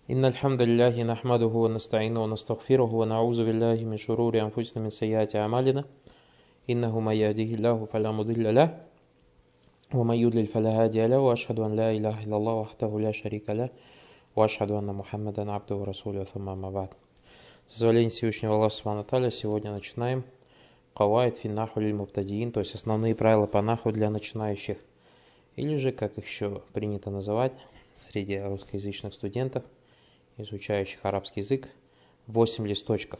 إن الحمد لله نحمده ونستعينه ونستغفره ونعوذ بالله من شرور أنفسنا من سيئات أعمالنا إنه من يهده الله فلا مضل له ومن يضلل فلا هادي له وأشهد أن لا إله إلا الله وحده لا شريك له وأشهد أن محمدا عبده ورسوله ثم أما بعد. С дозволения Всевышнего Аллаха Субхану ва Тааля сегодня начинаем каваид фи наху лиль мубтадиин, то есть основные правила по наху для начинающих, или же, как их еще принято называть среди русскоязычных студентов, изучающих арабский язык, 8 листочков.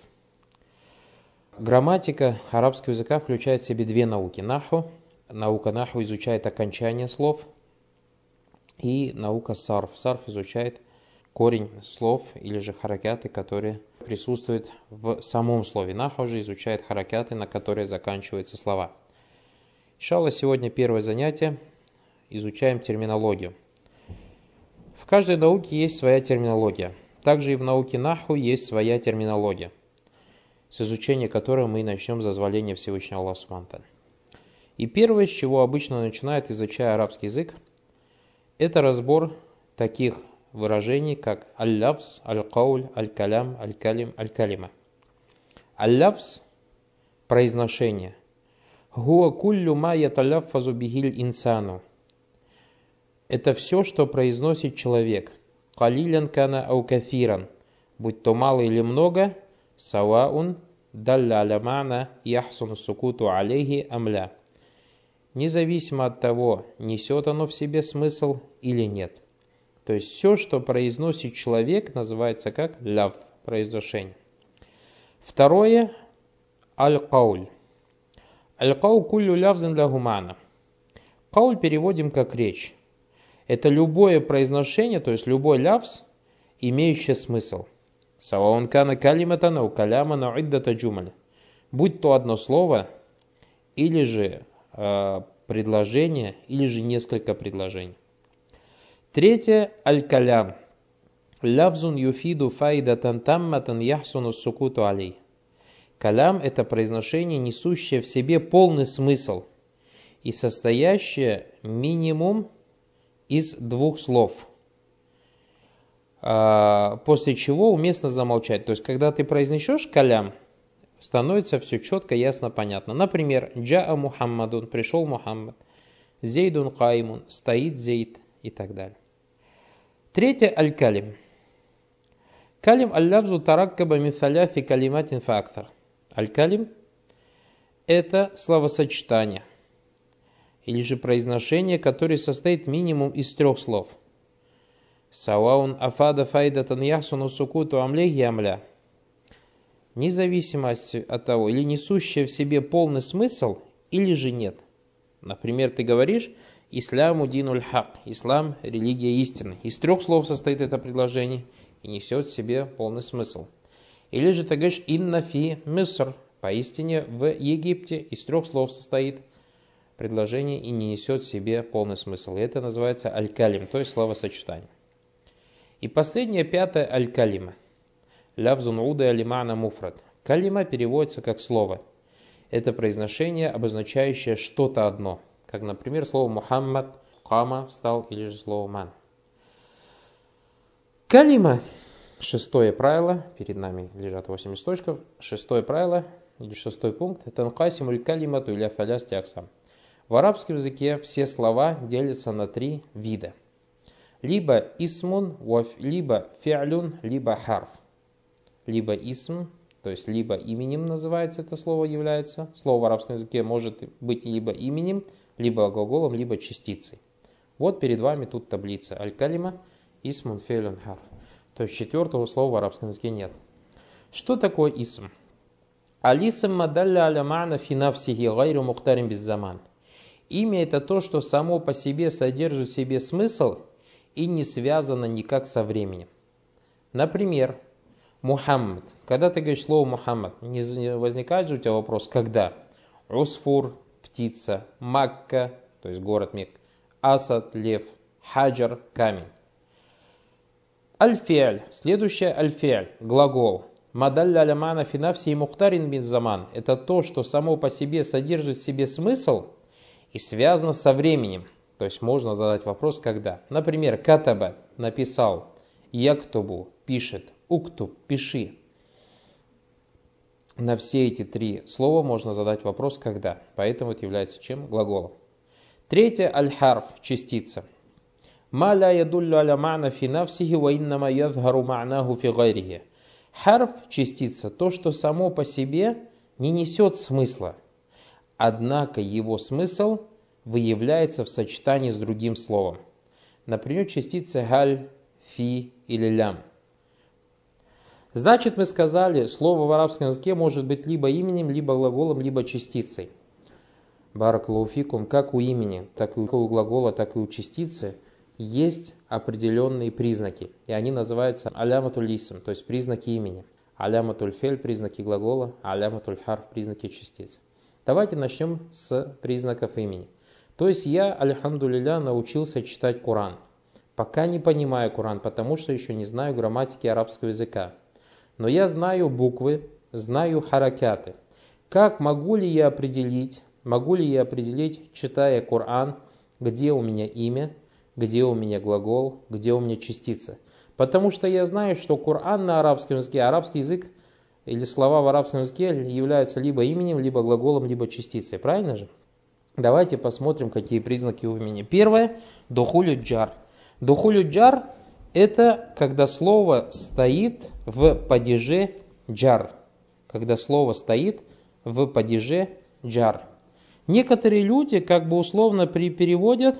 Грамматика арабского языка включает в себе две науки. Наху, наука наху изучает окончание слов, и наука сарф. Сарф изучает корень слов или же харакяты, которые присутствуют в самом слове. Наху же изучает харакяты, на которые заканчиваются слова. Иншаллах, сегодня первое занятие. Изучаем терминологию. В каждой науке есть своя терминология. Также и в науке наху есть своя терминология, с изучения которой мы начнем с дозволения Всевышнего Аллаха Субхану ва Тааля. И первое, с чего обычно начинают, изучая арабский язык, это разбор таких выражений, как аль-лафз, аль-кауль, аль-калям, аль-калим, аль-калима. Аль-лафз – произношение. Хуа куллю ма яталаффазу бихиль инсану. Это все, что произносит человек. Калилян кана ау кафиран. Будь то мало или много, саваун далля аля мана яхсуну сукуту алейхи амля. Независимо от того, несет оно в себе смысл или нет. То есть все, что произносит человек, называется как ляв, произношение. Второе – аль-кауль. Аль-кауль куллю лявзин ля гумана. Кауль переводим как речь. Это любое произношение, то есть любой лявз, имеющий смысл. Саваун кана калиматан ау каляма науддата джумаль. Будь то одно слово, или же предложение, или же несколько предложений. Третье – аль-калям. Лавзун юфиду файдатан тамматан яхсуну сукуту алей. Калям – это произношение, несущее в себе полный смысл и состоящее минимум из двух слов, после чего уместно замолчать. То есть, когда ты произнесешь калям, становится все четко, ясно, понятно. Например, джаа Мухаммадун, пришел Мухаммад, зейдун каймун, стоит зейд и так далее. Третье – аль-калим. Калим аль-лавзу тараккаба мин саляси калиматин фактор. Аль-калим – это словосочетание или же произношение, которое состоит минимум из трех слов. Саваун афада файдатан яхсуну сукуту амлехи амля. Независимо от того, или несущее в себе полный смысл, или же нет. Например, ты говоришь «Исляму динуль хак», «Ислам – религия истины». Из трех слов состоит это предложение и несет в себе полный смысл. Или же ты говоришь «Инна фи Миср», поистине в Египте, из трех слов состоит предложение и не несет в себе полный смысл. И это называется аль-калим, то есть словосочетание. И последнее, пятое, аль-калима. Лявзун уда алимана муфрад. Калима переводится как слово. Это произношение, обозначающее что-то одно. Как, например, слово Мухаммад, кама, встал, или же слово ман. Калима. Шестое правило. Перед нами лежат 8 листочков. Шестое правило, или шестой пункт. Танкасимуль калимату иля фалясти аксам. В арабском языке все слова делятся на три вида. Либо исмун, либо фи'люн, либо харф. Либо исм, то есть либо именем называется это слово, является. Слово в арабском языке может быть либо именем, либо глаголом, либо частицей. Вот перед вами тут таблица. Аль-калима, исмун, фи'люн, харф. То есть четвертого слова в арабском языке нет. Что такое исм? Алисм мадалля аля ма'на фи нафсихи гайру мухтарим беззаман. Имя – это то, что само по себе содержит в себе смысл и не связано никак со временем. Например, Мухаммад. Когда ты говоришь слово Мухаммад, не возникает же у тебя вопрос «когда?» Усфур – птица, Макка, то есть город Мекка, Асад – лев, Хаджар – камень. Аль-фи'ль. Следующее аль-фи'ль – глагол. Мадалля алямана финафси и мухтарин бин заман. Это то, что само по себе содержит в себе смысл и связано со временем. То есть можно задать вопрос «когда?». Например, катаба – написал, яктубу пишет, уктуб пиши. На все эти три слова можно задать вопрос «когда?». Поэтому это является чем? Глаголом. Третье – аль-харф, частица. «Ма ла ядуллю аля ма'на фи нафсихи ва иннама ядхару ма'наху фи гайрихи». Харф, частица, то, что само по себе не несет смысла, однако его смысл выявляется в сочетании с другим словом. Например, частицы галь, фи или лям. Значит, мы сказали, слово в арабском языке может быть либо именем, либо глаголом, либо частицей. Баракаллаху фикум, как у имени, так и у глагола, так и у частицы есть определенные признаки, и они называются аляматуль исм, то есть признаки имени. Аляматуль фель, признаки глагола, аляматуль харф, признаки частиц. Давайте начнем с признаков имени. То есть я, альхамдулилля, научился читать Коран. Пока не понимаю Коран, потому что еще не знаю грамматики арабского языка. Но я знаю буквы, знаю харакяты. Как могу ли я определить, читая Коран, где у меня имя, где у меня глагол, где у меня частица? Потому что я знаю, что Коран на арабском языке, арабский язык или слова в арабском языке являются либо именем, либо глаголом, либо частицей. Правильно же? Давайте посмотрим, какие признаки у имени. Первое – духулю джар. Духулю джар – это когда слово стоит в падеже джар. Когда слово стоит в падеже джар. Некоторые люди как бы условно переводят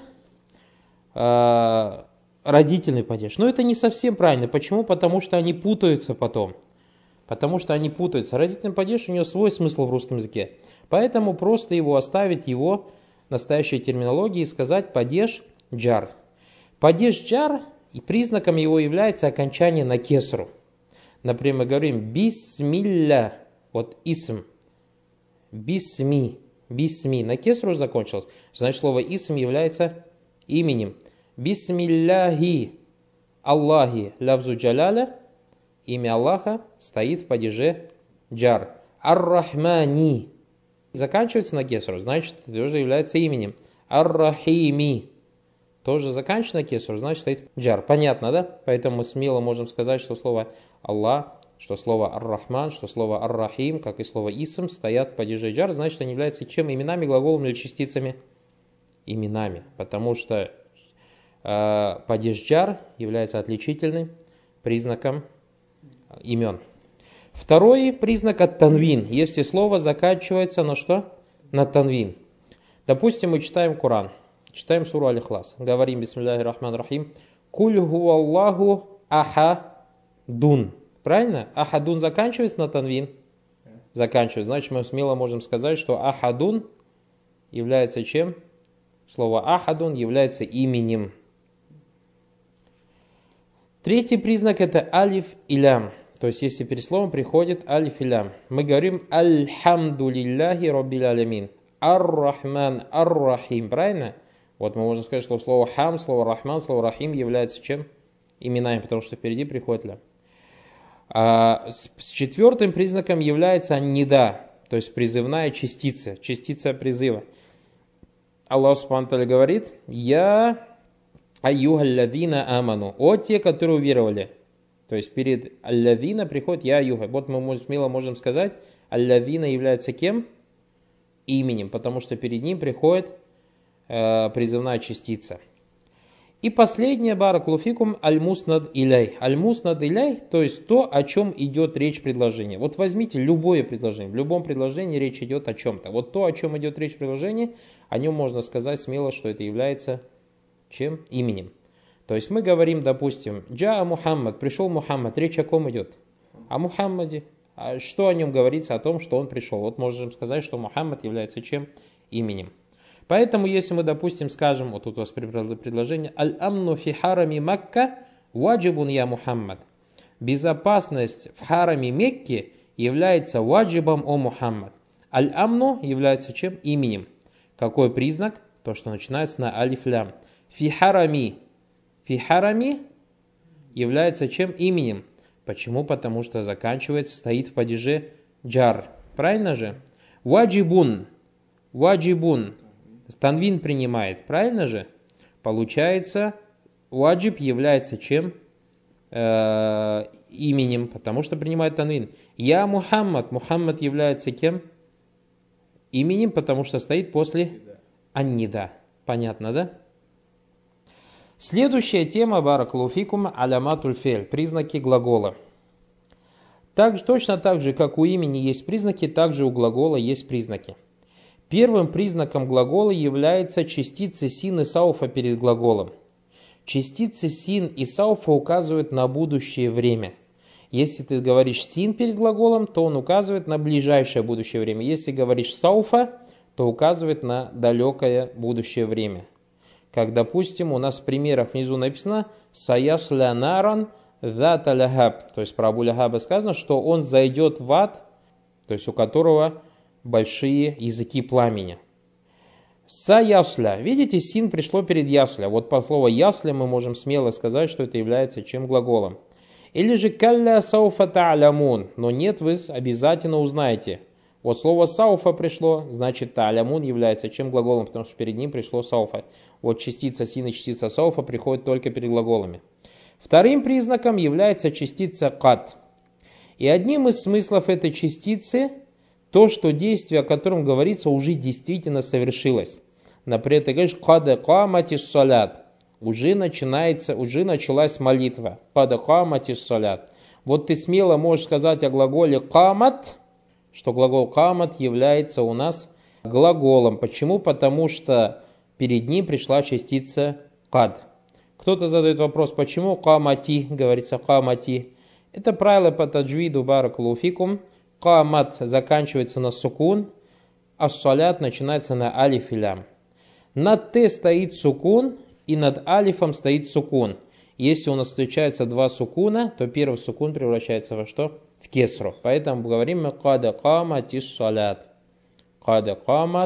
родительный падеж. Но это не совсем правильно. Почему? Потому что они путаются потом. Родительный падеж, у него свой смысл в русском языке. Поэтому просто его оставить, его настоящей терминологии и сказать падеж джар. Падеж джар, и признаком его является окончание на кесру. Например, мы говорим бисмилля, вот исм, бисми, на кесру закончилось. Значит, слово исм является именем. Бисмилляхи Аллахи лавзу джаляля, имя Аллаха стоит в падеже джар. Ар-Рахмани заканчивается на кесру, значит, тоже является именем. Ар-Рахими тоже заканчивается на кесру, значит, стоит джар. Понятно, да? Поэтому мы смело можем сказать, что слово Аллах, что слово Ар-Рахман, что слово Ар-Рахим, как и слово Исм, стоят в падеже джар, значит, они являются чем? Именами, глаголом или частицами? Именами. Потому что падеж джар является отличительным признаком имен. Второй признак от танвин. Если слово заканчивается на что? На танвин. Допустим, мы читаем Коран. Читаем суру Аль-Ихлас. Говорим бисмиллахи рахман рахим. Куль хуаллаху ахадун. Правильно? Ахадун заканчивается на танвин? Заканчивается. Значит, мы смело можем сказать, что ахадун является чем? Слово ахадун является именем. Третий признак это алиф и лям. То есть, если перед словом приходит алиф и лям. Мы говорим альхамдулиллахи роббил алямин. Ар-Рахман, Ар-Рахим. Правильно? Вот мы можем сказать, что слово хам, слово рахман, слово рахим является чем? Именами, потому что впереди приходит лям. С четвертым признаком является нида, то есть призывная частица, частица призыва. Аллах Субхану ва Тааля говорит: «Я айюхаллазина аману», о те, которые уверовали. То есть перед аллазина приходит я айюха. Вот мы смело можем сказать, аллазина является кем? Именем, потому что перед ним приходит призывная частица. И последнее, баракалуфикум, аль-муснад иляй. Аль-муснад иляй, то есть то, о чем идет речь предложения. Вот возьмите любое предложение. В любом предложении речь идет о чем-то. Вот то, о чем идет речь в предложении, о нем можно сказать смело, что это является чем? Именем. То есть мы говорим, допустим, джа Мухаммад, пришел Мухаммад. Речь о ком идет? О Мухаммаде. А что о нем говорится? О том, что он пришел. Вот можем сказать, что Мухаммад является чем? Именем. Поэтому, если мы, допустим, скажем, вот тут у вас предложение, «Аль-амну фи харами Макка ваджибун я Мухаммад». Безопасность в хараме Мекки является ваджибом о Мухаммад. Аль-амну является чем? Именем. Какой признак? То, что начинается на алиф-лям. Фи харами. Фи харами является чем? Именем. Почему? Потому что заканчивается, стоит в падеже джар. Правильно же? Ваджибун. Ваджибун. Танвин принимает, правильно же? Получается, ваджиб является чем? именем, потому что принимает танвин. Я Мухаммад. Мухаммад является кем? Именем, потому что стоит после аннида. Понятно, да? Следующая тема, баракаллаху фикум, аляматуль фель, признаки глагола. Точно так же, как у имени есть признаки, также у глагола есть признаки. Первым признаком глагола является частица син и сауфа перед глаголом. Частицы син и сауфа указывают на будущее время. Если ты говоришь син перед глаголом, то он указывает на ближайшее будущее время. Если говоришь сауфа, то указывает на далекое будущее время. Как, допустим, у нас в примерах внизу написано «Саясля наран зата лахаб». То есть про Абу Лахаба сказано, что он зайдет в ад, то есть у которого большие языки пламени. Саясля. Видите, син пришло перед ясля. Вот по слову ясля мы можем смело сказать, что это является чем глаголом. Или же калля сауфа та'лямун. Но нет, вы обязательно узнаете. Вот слово сауфа пришло, значит та'лямун является чем глаголом, потому что перед ним пришло сауфа. Вот частица син и частица сауфа приходят только перед глаголами. Вторым признаком является частица кад. И одним из смыслов этой частицы то, что действие, о котором говорится, уже действительно совершилось. Например, ты говоришь «Кад каматис салят». Уже началась молитва. «Кад каматис салят». Вот ты смело можешь сказать о глаголе «камат», что глагол «камат» является у нас глаголом. Почему? Потому что перед ним пришла частица «кад». Кто-то задает вопрос, почему «камати» говорится «камати». Это правило по таджвиду баракаллаху фикум. Камат заканчивается на сукун, а салят начинается на алиф и лям. Над т стоит сукун, и над алифом стоит сукун. Если у нас встречаются два сукуна, то первый сукун превращается во что? В кесру. Поэтому говорим «Када каматис салят». «Када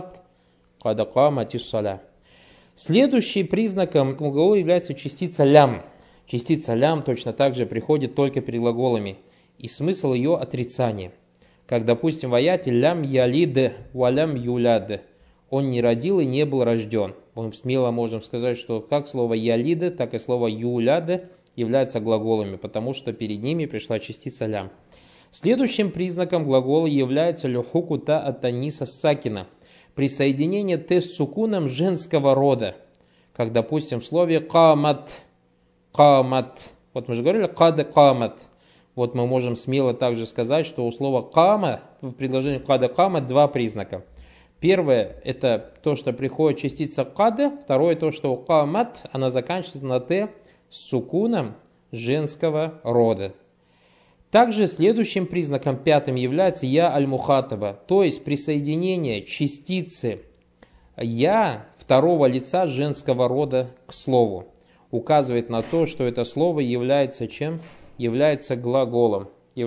каматис салят». Следующим признаком глагола является частица лям. Частица лям точно так же приходит только перед глаголами. И смысл ее отрицание. Как, допустим, в аяте «Лям ялид валям юляд». Он не родил и не был рожден. Мы смело можем сказать, что как слово «ялид», так и слово «юляд» являются глаголами, потому что перед ними пришла частица «лям». Следующим признаком глагола является «люхуку та атаниса сакина». Присоединение «т» с сукуном женского рода. Как, допустим, в слове «камат». «Камат». Вот мы же говорили «кад камат». Вот мы можем смело также сказать, что у слова «кама» в предложении «када кама» два признака. Первое – это то, что приходит частица «када». Второе – то, что «камат» она заканчивается на «т» с сукуном женского рода. Также следующим признаком, пятым, является «я аль-мухатаба», то есть присоединение частицы «я» второго лица женского рода к слову. Указывает на то, что это слово является чем? Является глаголом.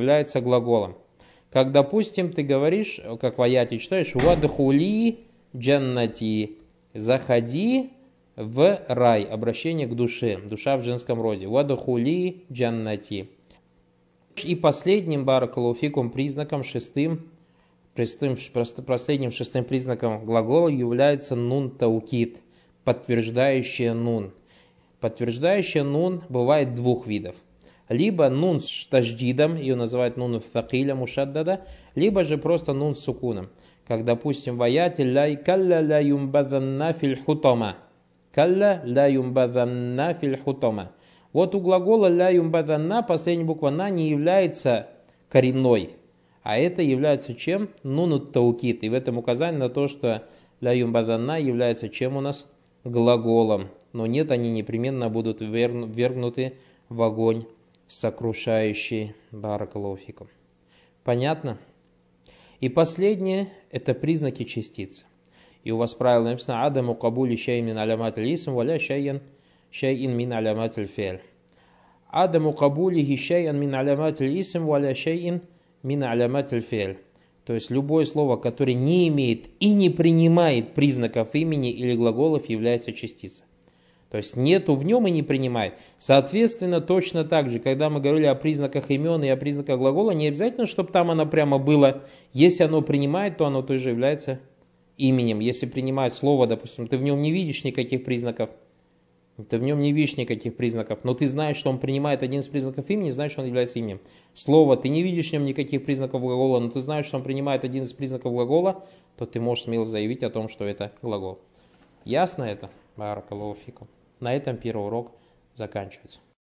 Как, допустим, ты говоришь, как в аяте читаешь, «Вадхули джаннати», «заходи в рай», обращение к душе, душа в женском роде, «Вадхули джаннати». И последним, баракаллаху фикум, признаком последним шестым признаком глагола является нун таукид, подтверждающее нун. Подтверждающее нун бывает двух видов. Либо нун с таждидом, ее называют нун факиля мушаддада, либо же просто нун с сукуном. Как, допустим, в аяте «Лай калля ла юмбаданна филь хутома». «Калля ла юмбаданна филь хутома». Вот у глагола «ля юмбаданна» последняя буква «на» не является коренной, а это является чем? Нуну таукид. И в этом указание на то, что «ля юмбаданна» является чем у нас? Глаголом. Но нет, они непременно будут ввергнуты в огонь сокрушающий. Баракаллаху фикум. Понятно? И последнее – это признаки частицы. И у вас правило написано «Адаму кабули шайин мин алямат аль-исм валя шайин мин алямат аль-фи'ль». Адаму кабулихи шайин мин алямат аль-исм валя шайин мин алямат аль-фи'ль. То есть любое слово, которое не имеет и не принимает признаков имени или глаголов, является частицей. То есть нету в нем и не принимает. Соответственно, точно так же, когда мы говорили о признаках имен и о признаках глагола, не обязательно, чтобы там оно прямо было. Если оно принимает, то оно тоже является именем. Если принимает слово, допустим, ты в нем не видишь никаких признаков Ты в нем не видишь никаких признаков, но ты знаешь, что он принимает один из признаков имени, знаешь, что он является именем. Слово, ты не видишь в нем никаких признаков глагола, но ты знаешь, что он принимает один из признаков глагола, то ты можешь смело заявить о том, что это глагол. Ясно это? Баракаллаху фикум. На этом первый урок заканчивается.